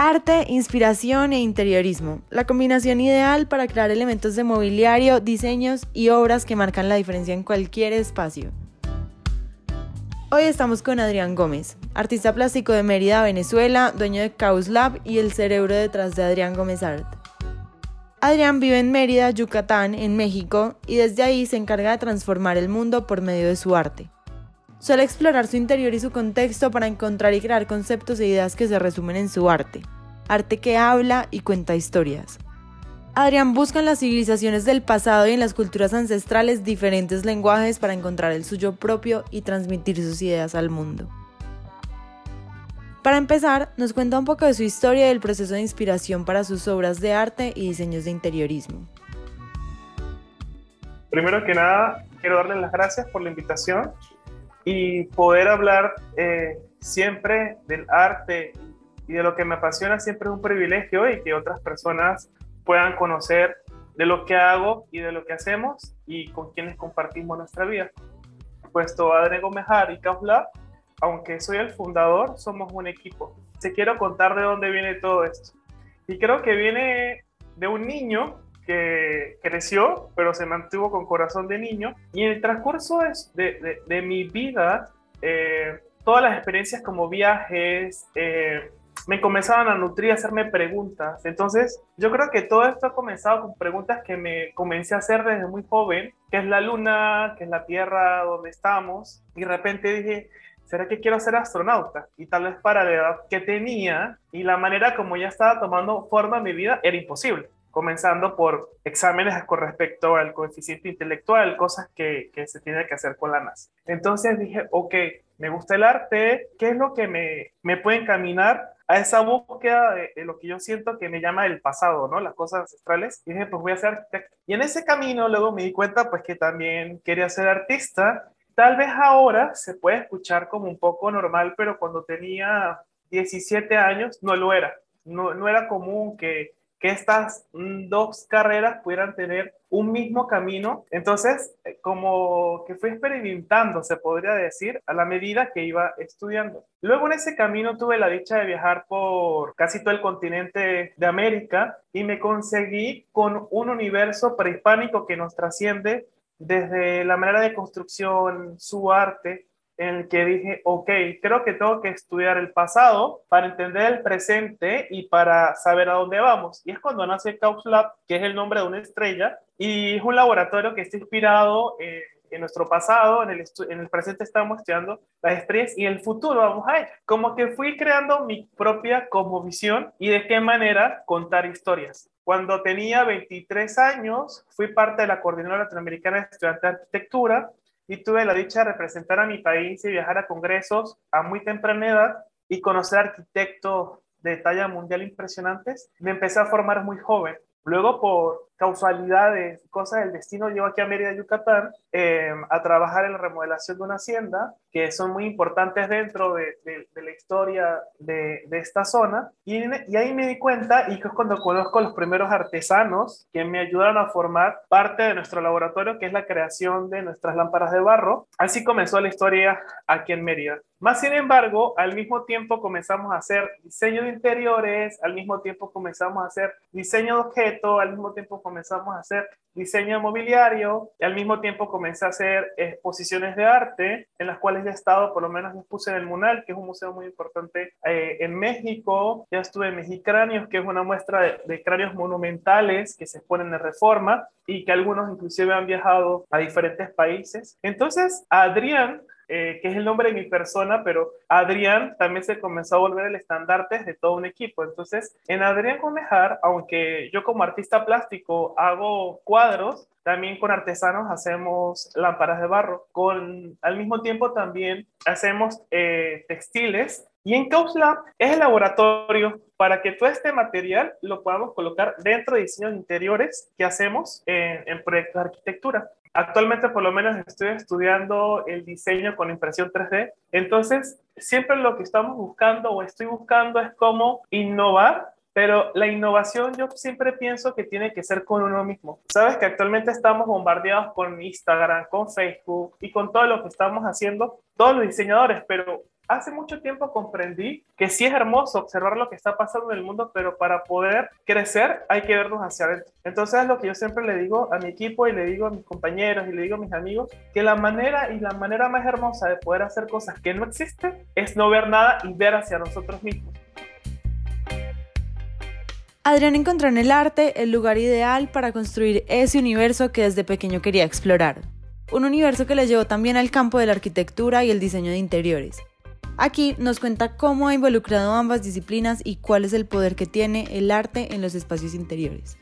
Arte, inspiración e interiorismo, la combinación ideal para crear elementos de mobiliario, diseños y obras que marcan la diferencia en cualquier espacio. Hoy estamos con Adrián Gómez, artista plástico de Mérida, Venezuela, dueño de Caus Lab y el cerebro detrás de Adrián Gómez Art. Adrián vive en Mérida, Yucatán, en México, y desde ahí se encarga de transformar el mundo por medio de su arte. Suele explorar su interior y su contexto para encontrar y crear conceptos e ideas que se resumen en su arte. Arte que habla y cuenta historias. Adrián busca en las civilizaciones del pasado y en las culturas ancestrales diferentes lenguajes para encontrar el suyo propio y transmitir sus ideas al mundo. Para empezar, nos cuenta un poco de su historia y del proceso de inspiración para sus obras de arte y diseños de interiorismo. Primero que nada, quiero darles las gracias por la invitación y poder hablar siempre del arte y de lo que me apasiona siempre es un privilegio, y que otras personas puedan conocer de lo que hago y de lo que hacemos y con quienes compartimos nuestra vida. Puesto Adrián Gómez Art y Caus Lab, aunque soy el fundador, somos un equipo. Te quiero contar de dónde viene todo esto. Y creo que viene de un niño que creció, pero se mantuvo con corazón de niño. Y en el transcurso de mi vida, todas las experiencias como viajes, me comenzaban a nutrir, a hacerme preguntas. Entonces, yo creo que todo esto ha comenzado con preguntas que me comencé a hacer desde muy joven. ¿Qué es la luna? ¿Qué es la Tierra? ¿Dónde estamos? Y de repente dije, ¿será que quiero ser astronauta? Y tal vez para la edad que tenía y la manera como ya estaba tomando forma mi vida era imposible. Comenzando por exámenes con respecto al coeficiente intelectual, cosas que se tiene que hacer con la NASA. Entonces dije, ok, me gusta el arte, ¿qué es lo que me puede encaminar a esa búsqueda de lo que yo siento que me llama el pasado, ¿no? Las cosas ancestrales? Y dije, pues voy a ser arquitecto. Y en ese camino luego me di cuenta pues que también quería ser artista. Tal vez ahora se puede escuchar como un poco normal, pero cuando tenía 17 años no lo era. No era común que estas dos carreras pudieran tener un mismo camino. Entonces, como que fui experimentando, se podría decir, a la medida que iba estudiando. Luego en ese camino tuve la dicha de viajar por casi todo el continente de América y me conseguí con un universo prehispánico que nos trasciende desde la manera de construcción, su arte, en el que dije, ok, creo que tengo que estudiar el pasado para entender el presente y para saber a dónde vamos. Y es cuando nace Caus Lab, que es el nombre de una estrella, y es un laboratorio que está inspirado en nuestro pasado, en el presente estamos estudiando las estrellas y en el futuro vamos a ello. Como que fui creando mi propia cosmovisión y de qué manera contar historias. Cuando tenía 23 años, fui parte de la Coordinadora Latinoamericana de Estudiantes de Arquitectura, y tuve la dicha de representar a mi país y viajar a congresos a muy temprana edad y conocer arquitectos de talla mundial impresionantes. Me empecé a formar muy joven. Luego, por causalidades, cosas del destino, llego aquí a Mérida, Yucatán, a trabajar en la remodelación de una hacienda, que son muy importantes dentro de la historia de esta zona. Y ahí me di cuenta, y es cuando conozco a los primeros artesanos que me ayudaron a formar parte de nuestro laboratorio, que es la creación de nuestras lámparas de barro. Así comenzó la historia aquí en Mérida. Más sin embargo, al mismo tiempo comenzamos a hacer diseño de interiores, al mismo tiempo comenzamos a hacer diseño de objetos, al mismo tiempo comenzamos a hacer diseño de mobiliario, y al mismo tiempo comencé a hacer exposiciones de arte, en las cuales ya he estado, por lo menos expuse en el MUNAL, que es un museo muy importante en México. Ya estuve en Mexicráneos, que es una muestra de cráneos monumentales que se exponen en Reforma, y que algunos inclusive han viajado a diferentes países. Entonces, Adrián, que es el nombre de mi persona, pero Adrián también se comenzó a volver el estandarte de todo un equipo. Entonces, en Adrián Gómez Art, aunque yo como artista plástico hago cuadros, también con artesanos hacemos lámparas de barro. Al mismo tiempo también hacemos textiles. Y en Caus Lab es el laboratorio para que todo este material lo podamos colocar dentro de diseños interiores que hacemos en proyectos de arquitectura. Actualmente por lo menos estoy estudiando el diseño con impresión 3D. Entonces, siempre lo que estamos buscando o estoy buscando es cómo innovar, pero la innovación yo siempre pienso que tiene que ser con uno mismo. Sabes que actualmente estamos bombardeados con Instagram, con Facebook y con todo lo que estamos haciendo, todos los diseñadores, pero hace mucho tiempo comprendí que sí es hermoso observar lo que está pasando en el mundo, pero para poder crecer hay que vernos hacia adentro. Entonces es lo que yo siempre le digo a mi equipo y le digo a mis compañeros y le digo a mis amigos, que la manera más hermosa de poder hacer cosas que no existen es no ver nada y ver hacia nosotros mismos. Adrián encontró en el arte el lugar ideal para construir ese universo que desde pequeño quería explorar. Un universo que le llevó también al campo de la arquitectura y el diseño de interiores. Aquí nos cuenta cómo ha involucrado ambas disciplinas y cuál es el poder que tiene el arte en los espacios interiores.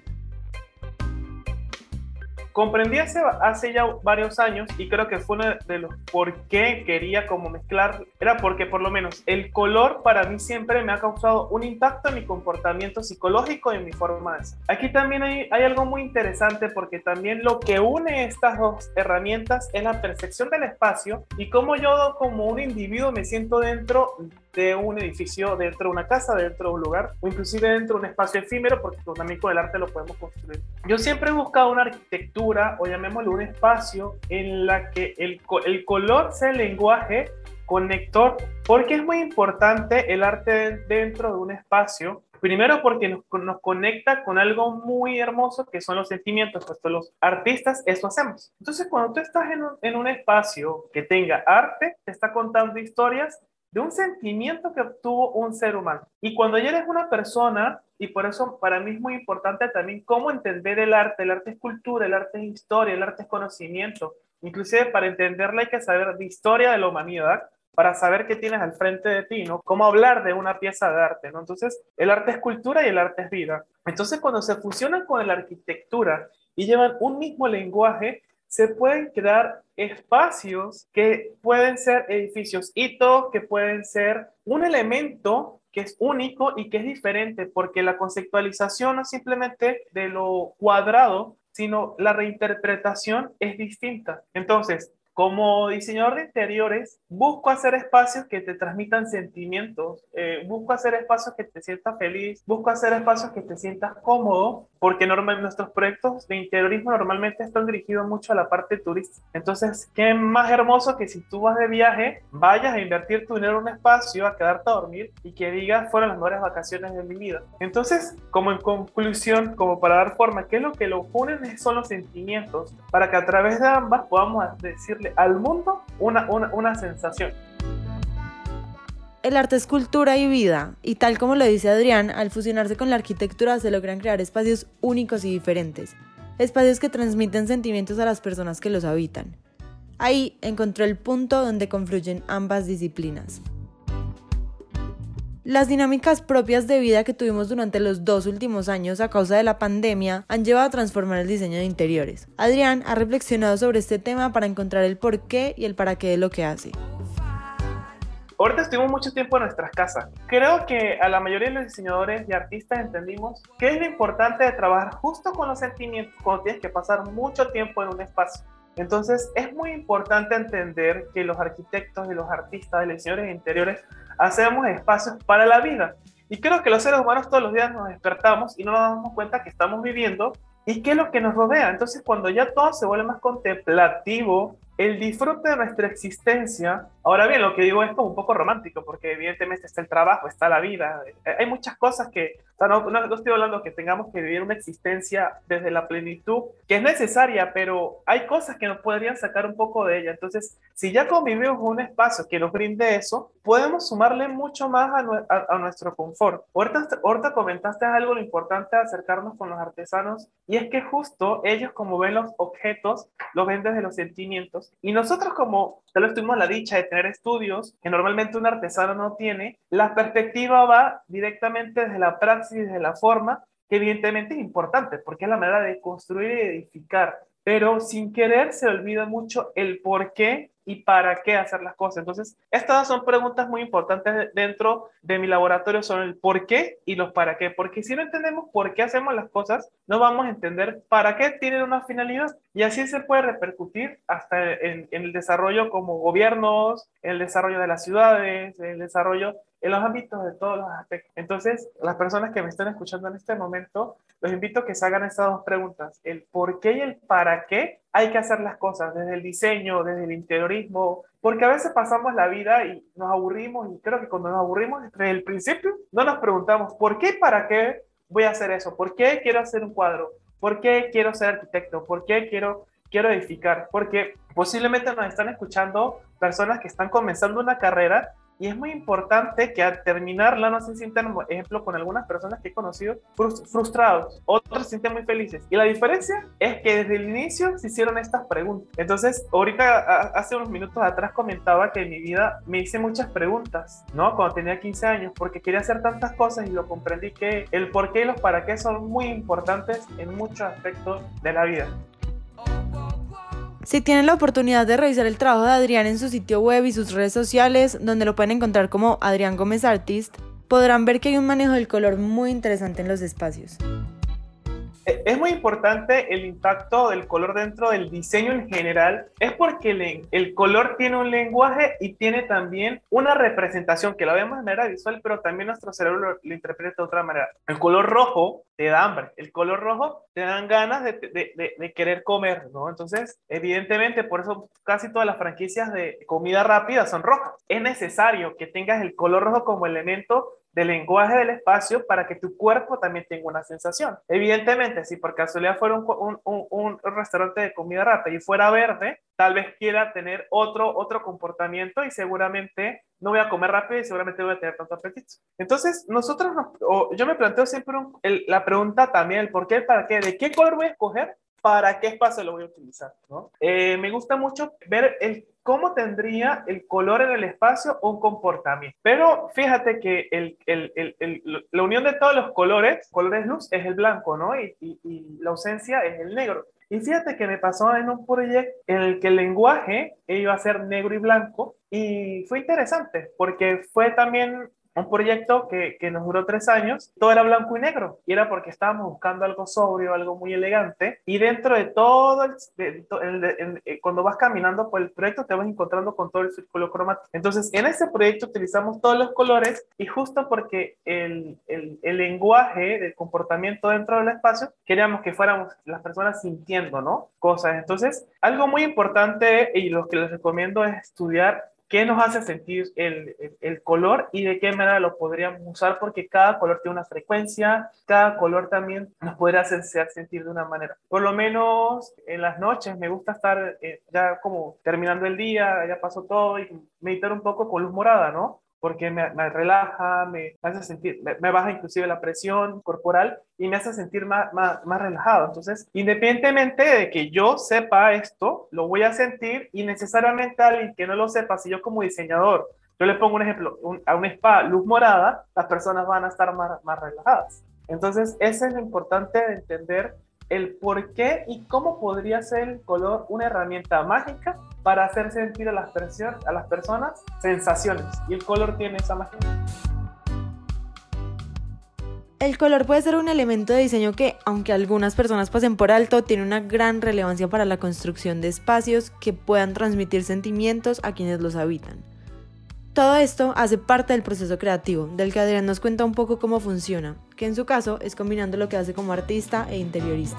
Comprendí hace ya varios años, y creo que fue uno de los por qué quería como mezclar, era porque por lo menos el color para mí siempre me ha causado un impacto en mi comportamiento psicológico y en mi forma de ser. Aquí también hay algo muy interesante, porque también lo que une estas dos herramientas es la percepción del espacio y cómo yo como un individuo me siento dentro de un edificio, dentro de una casa, dentro de un lugar, o inclusive dentro de un espacio efímero, porque también con el arte lo podemos construir. Yo siempre he buscado una arquitectura, o llamémoslo un espacio, en la que el color sea el lenguaje conector, porque es muy importante el arte dentro de un espacio. Primero porque nos conecta con algo muy hermoso que son los sentimientos, pues los artistas eso hacemos. Entonces cuando tú estás en un espacio que tenga arte, te está contando historias de un sentimiento que obtuvo un ser humano. Y cuando ya eres una persona, y por eso para mí es muy importante también cómo entender el arte es cultura, el arte es historia, el arte es conocimiento. Inclusive para entenderla hay que saber de historia de la humanidad, para saber qué tienes al frente de ti, ¿no? Cómo hablar de una pieza de arte, ¿no? Entonces, el arte es cultura y el arte es vida. Entonces, cuando se fusionan con la arquitectura y llevan un mismo lenguaje, se pueden crear espacios que pueden ser edificios hitos, que pueden ser un elemento que es único y que es diferente, porque la conceptualización no es simplemente de lo cuadrado, sino la reinterpretación es distinta. Entonces, como diseñador de interiores, busco hacer espacios que te transmitan sentimientos, busco hacer espacios que te sientas feliz, busco hacer espacios que te sientas cómodo, porque nuestros proyectos de interiorismo normalmente están dirigidos mucho a la parte turística. Entonces, ¿qué más hermoso que si tú vas de viaje, vayas a invertir tu dinero en un espacio, a quedarte a dormir y que digas, fueron las mejores vacaciones de mi vida? Entonces, como en conclusión, como para dar forma, ¿qué es lo que lo unen? Son los sentimientos, para que a través de ambas podamos decirle al mundo una sensación. El arte es cultura y vida, y tal como lo dice Adrián, al fusionarse con la arquitectura se logran crear espacios únicos y diferentes, espacios que transmiten sentimientos a las personas que los habitan. Ahí encontró el punto donde confluyen ambas disciplinas. Las dinámicas propias de vida que tuvimos durante los 2 últimos años a causa de la pandemia han llevado a transformar el diseño de interiores. Adrián ha reflexionado sobre este tema para encontrar el porqué y el para qué de lo que hace. Ahorita estuvimos mucho tiempo en nuestras casas. Creo que a la mayoría de los diseñadores y artistas entendimos qué es lo importante de trabajar justo con los sentimientos cuando tienes que pasar mucho tiempo en un espacio. Entonces es muy importante entender que los arquitectos y los artistas, los diseñadores de interiores, hacemos espacios para la vida. Y creo que los seres humanos todos los días nos despertamos y no nos damos cuenta que estamos viviendo y qué es lo que nos rodea. Entonces cuando ya todo se vuelve más contemplativo, el disfrute de nuestra existencia. Ahora bien, lo que digo es como un poco romántico, porque evidentemente está el trabajo, está la vida. Hay muchas cosas que, o sea, no estoy hablando que tengamos que vivir una existencia desde la plenitud, que es necesaria, pero hay cosas que nos podrían sacar un poco de ella. Entonces, si ya convivimos en un espacio que nos brinde eso, podemos sumarle mucho más a nuestro confort. Ahorita comentaste algo lo importante de acercarnos con los artesanos, y es que justo ellos, como ven los objetos, los ven desde los sentimientos. Y nosotros, como tal vez tuvimos la dicha de tener estudios que normalmente un artesano no tiene, la perspectiva va directamente desde la praxis, desde la forma, que evidentemente es importante, porque es la manera de construir y edificar, pero sin querer se olvida mucho el por qué y para qué hacer las cosas. Entonces, estas son preguntas muy importantes dentro de mi laboratorio, son el por qué y los para qué, porque si no entendemos por qué hacemos las cosas, no vamos a entender para qué tienen una finalidad, y así se puede repercutir hasta en el desarrollo como gobiernos, en el desarrollo de las ciudades, en el desarrollo en los ámbitos de todos los aspectos. Entonces, las personas que me están escuchando en este momento, los invito a que se hagan estas dos preguntas, el por qué y el para qué hay que hacer las cosas desde el diseño, desde el interiorismo, porque a veces pasamos la vida y nos aburrimos y creo que cuando nos aburrimos desde el principio no nos preguntamos ¿por qué y para qué voy a hacer eso? ¿Por qué quiero hacer un cuadro? ¿Por qué quiero ser arquitecto? ¿Por qué quiero edificar? Porque posiblemente nos están escuchando personas que están comenzando una carrera y es muy importante que al terminarla no se sientan, por ejemplo, con algunas personas que he conocido frustrados, otros se sienten muy felices. Y la diferencia es que desde el inicio se hicieron estas preguntas. Entonces, ahorita, hace unos minutos atrás comentaba que en mi vida me hice muchas preguntas, ¿no? Cuando tenía 15 años, porque quería hacer tantas cosas y lo comprendí que el por qué y los para qué son muy importantes en muchos aspectos de la vida. Si tienen la oportunidad de revisar el trabajo de Adrián en su sitio web y sus redes sociales, donde lo pueden encontrar como Adrián Gómez Artist, podrán ver que hay un manejo del color muy interesante en los espacios. Es muy importante el impacto del color dentro del diseño en general, es porque el color tiene un lenguaje y tiene también una representación que la vemos de manera visual, pero también nuestro cerebro lo interpreta de otra manera. El color rojo te da hambre, el color rojo te dan ganas de querer comer, ¿no? Entonces, evidentemente, por eso casi todas las franquicias de comida rápida son rojas. Es necesario que tengas el color rojo como elemento del lenguaje del espacio para que tu cuerpo también tenga una sensación. Evidentemente, si por casualidad fuera un restaurante de comida rápida y fuera verde, tal vez quiera tener otro comportamiento y seguramente no voy a comer rápido y seguramente voy a tener tanto apetito. Entonces, yo me planteo siempre la pregunta también, el por qué, el para qué, de qué color voy a escoger, para qué espacio lo voy a utilizar, ¿no? Me gusta mucho ver cómo tendría el color en el espacio un comportamiento. Pero fíjate que la unión de todos los colores luz, es el blanco, ¿no? Y la ausencia es el negro. Y fíjate que me pasó en un proyecto en el que el lenguaje iba a ser negro y blanco y fue interesante porque fue también un proyecto que nos duró 3 años, todo era blanco y negro, y era porque estábamos buscando algo sobrio, algo muy elegante, y dentro de todo, cuando vas caminando por el proyecto, te vas encontrando con todo el círculo cromático. Entonces, en este proyecto utilizamos todos los colores, y justo porque el lenguaje del comportamiento dentro del espacio, queríamos que fuéramos las personas sintiendo, ¿no? Cosas. Entonces, algo muy importante, y lo que les recomiendo es estudiar qué nos hace sentir el color y de qué manera lo podríamos usar, porque cada color tiene una frecuencia, cada color también nos podría hacer sentir de una manera. Por lo menos en las noches me gusta estar ya como terminando el día, ya pasó todo, y meditar un poco con luz morada, ¿no? Porque me relaja, me hace sentir, me baja inclusive la presión corporal y me hace sentir más relajado. Entonces, independientemente de que yo sepa esto, lo voy a sentir, y necesariamente alguien que no lo sepa, si yo como diseñador, yo le pongo un ejemplo, a un spa luz morada, las personas van a estar más relajadas. Entonces, eso es lo importante de entender el por qué y cómo podría ser el color una herramienta mágica para hacer sentir a las personas sensaciones. Y el color tiene esa magia. El color puede ser un elemento de diseño que, aunque algunas personas pasen por alto, tiene una gran relevancia para la construcción de espacios que puedan transmitir sentimientos a quienes los habitan. Todo esto hace parte del proceso creativo, del que Adrián nos cuenta un poco cómo funciona, que en su caso es combinando lo que hace como artista e interiorista.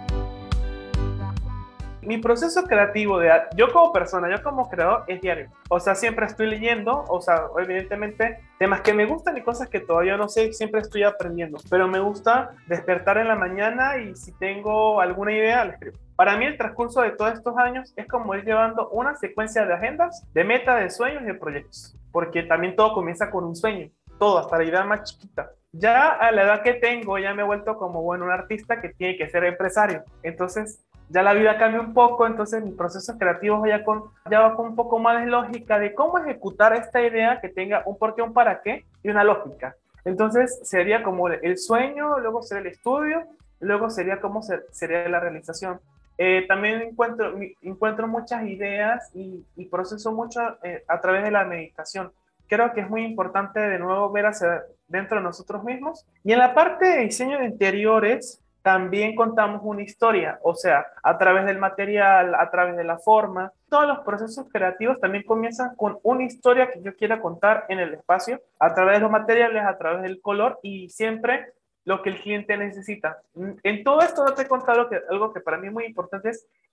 Mi proceso creativo, yo como persona, yo como creador, es diario. O sea, siempre estoy leyendo, o sea, evidentemente, temas que me gustan y cosas que todavía no sé, siempre estoy aprendiendo. Pero me gusta despertar en la mañana y si tengo alguna idea, la escribo. Para mí el transcurso de todos estos años es como ir llevando una secuencia de agendas, de metas, de sueños y de proyectos. Porque también todo comienza con un sueño, todo, hasta la idea más chiquita. Ya a la edad que tengo, ya me he vuelto como, bueno, un artista que tiene que ser empresario. Entonces, ya la vida cambia un poco, entonces mi proceso creativo ya va con un poco más de lógica de cómo ejecutar esta idea que tenga un porqué, un para qué y una lógica. Entonces sería como el sueño, luego sería el estudio, luego sería cómo sería la realización. También encuentro muchas ideas y proceso mucho a través de la meditación. Creo que es muy importante de nuevo ver hacia dentro de nosotros mismos. Y en la parte de diseño de interiores, también contamos una historia, o sea, a través del material, a través de la forma. Todos los procesos creativos también comienzan con una historia que yo quiera contar en el espacio, a través de los materiales, a través del color y siempre lo que el cliente necesita. En todo esto no te he contado algo que para mí es muy importante, es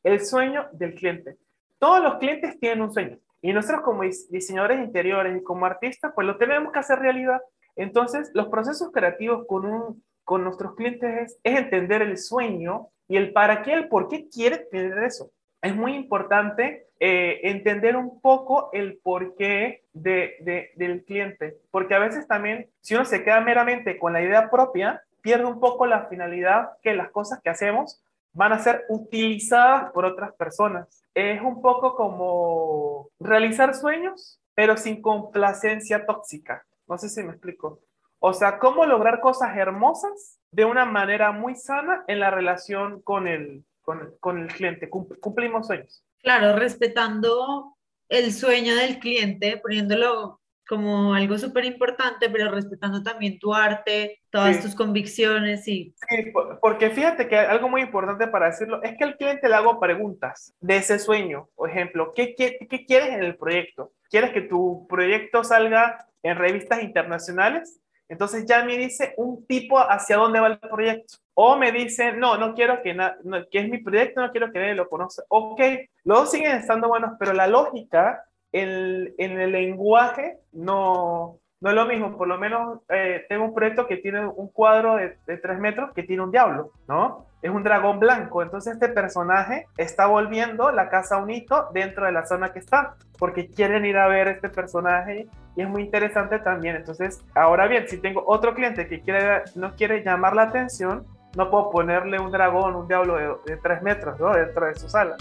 el sueño del cliente. Todos los clientes tienen un sueño y nosotros como diseñadores interiores y como artistas, pues lo tenemos que hacer realidad. Entonces, los procesos creativos con nuestros clientes es entender el sueño y el para qué, el por qué quiere tener eso. Es muy importante entender un poco el porqué del cliente, porque a veces también, si uno se queda meramente con la idea propia, pierde un poco la finalidad que las cosas que hacemos van a ser utilizadas por otras personas. Es un poco como realizar sueños, pero sin complacencia tóxica. No sé si me explico. O sea, cómo lograr cosas hermosas de una manera muy sana en la relación con el cliente. Cumplimos sueños. Claro, respetando el sueño del cliente, poniéndolo como algo súper importante, pero respetando también tu arte, todas Sí. tus convicciones y Sí, porque fíjate que algo muy importante para decirlo es que al cliente le hago preguntas de ese sueño. Por ejemplo, ¿qué quieres en el proyecto? ¿Quieres que tu proyecto salga en revistas internacionales? Entonces ya me dice un tipo hacia dónde va el proyecto. O me dice, no quiero que es mi proyecto, no quiero que nadie lo conozca. Ok, los dos siguen estando buenos, pero la lógica en el lenguaje no es lo mismo. Por lo menos tengo un proyecto que tiene un cuadro de 3 metros que tiene un diablo, ¿no? Es un dragón blanco. Entonces este personaje está volviendo la casa un hito dentro de la zona que está, porque quieren ir a ver este personaje y es muy interesante también. Entonces, ahora bien, si tengo otro cliente que no quiere llamar la atención, no puedo ponerle un dragón, un diablo de 3 metros, ¿no? Dentro de su sala.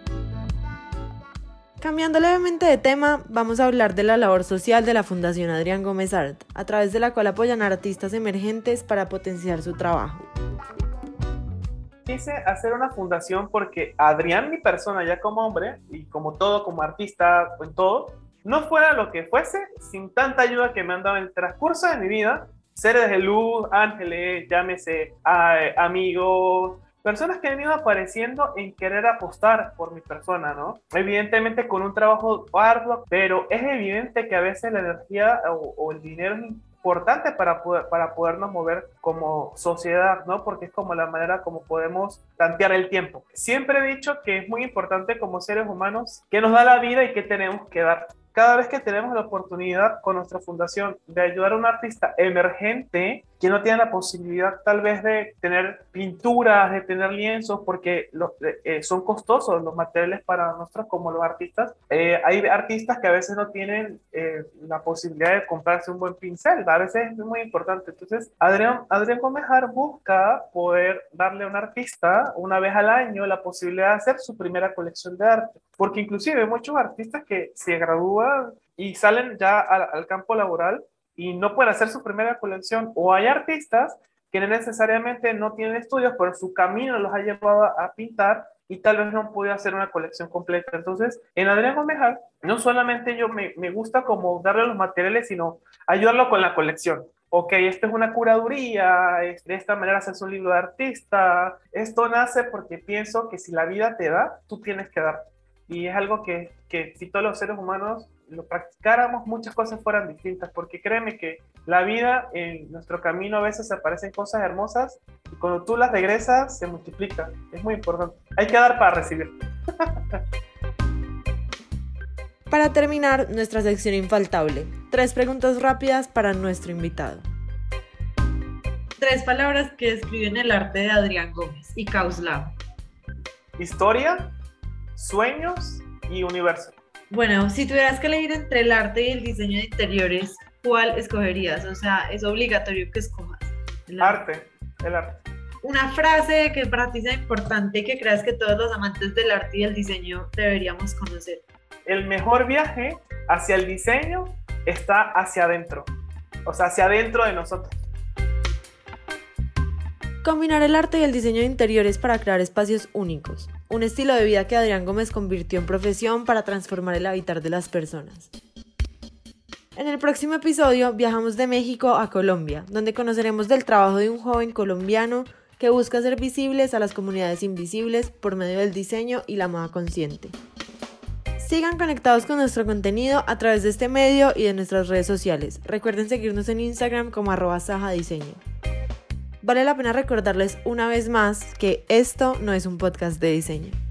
Cambiando levemente de tema, vamos a hablar de la labor social de la Fundación Adrián Gómez Art, a través de la cual apoyan a artistas emergentes para potenciar su trabajo. Quise hacer una fundación porque Adrián, mi persona ya como hombre, y como todo, como artista, en todo, no fuera lo que fuese sin tanta ayuda que me han dado en el transcurso de mi vida, seres de luz, ángeles, llámese amigos, personas que han ido apareciendo en querer apostar por mi persona, ¿no? Evidentemente con un trabajo arduo, pero es evidente que a veces la energía o el dinero es importante para podernos mover como sociedad, ¿no? Porque es como la manera como podemos tantear el tiempo. Siempre he dicho que es muy importante como seres humanos que nos da la vida y que tenemos que dar. Cada vez que tenemos la oportunidad con nuestra fundación de ayudar a un artista emergente que no tiene la posibilidad tal vez de tener pinturas, de tener lienzos, porque son costosos los materiales para nosotros como los artistas. Hay artistas que a veces no tienen la posibilidad de comprarse un buen pincel, a veces es muy importante. Entonces, Adrián Gómez Art busca poder darle a un artista una vez al año la posibilidad de hacer su primera colección de arte, porque inclusive hay muchos artistas que se gradúan y salen ya al campo laboral y no pueden hacer su primera colección, o hay artistas que necesariamente no tienen estudios, pero su camino los ha llevado a pintar y tal vez no han podido hacer una colección completa. Entonces, en Adrián Gómez Art, no solamente yo me gusta como darle los materiales, sino ayudarlo con la colección. Ok, esto es una curaduría, de esta manera haces un libro de artista. Esto nace porque pienso que si la vida te da, tú tienes que dar. Y es algo que si todos los seres humanos lo practicáramos, muchas cosas fueran distintas, porque créeme que la vida en nuestro camino a veces aparecen cosas hermosas y cuando tú las regresas se multiplica. Es muy importante. Hay que dar para recibir. Para terminar, nuestra sección infaltable. 3 preguntas rápidas para nuestro invitado. 3 palabras que describen el arte de Adrián Gómez y Kauslab. Historia, sueños y universo. Bueno, si tuvieras que elegir entre el arte y el diseño de interiores, ¿cuál escogerías? O sea, es obligatorio que escojas. El arte. Una frase que para ti sea importante y que creas que todos los amantes del arte y el diseño deberíamos conocer. El mejor viaje hacia el diseño está hacia adentro, o sea, hacia adentro de nosotros. Combinar el arte y el diseño de interiores para crear espacios únicos. Un estilo de vida que Adrián Gómez convirtió en profesión para transformar el habitar de las personas. En el próximo episodio viajamos de México a Colombia, donde conoceremos del trabajo de un joven colombiano que busca hacer visibles a las comunidades invisibles por medio del diseño y la moda consciente. Sigan conectados con nuestro contenido a través de este medio y de nuestras redes sociales. Recuerden seguirnos en Instagram como @sajadiseño. Vale la pena recordarles una vez más que esto no es un podcast de diseño.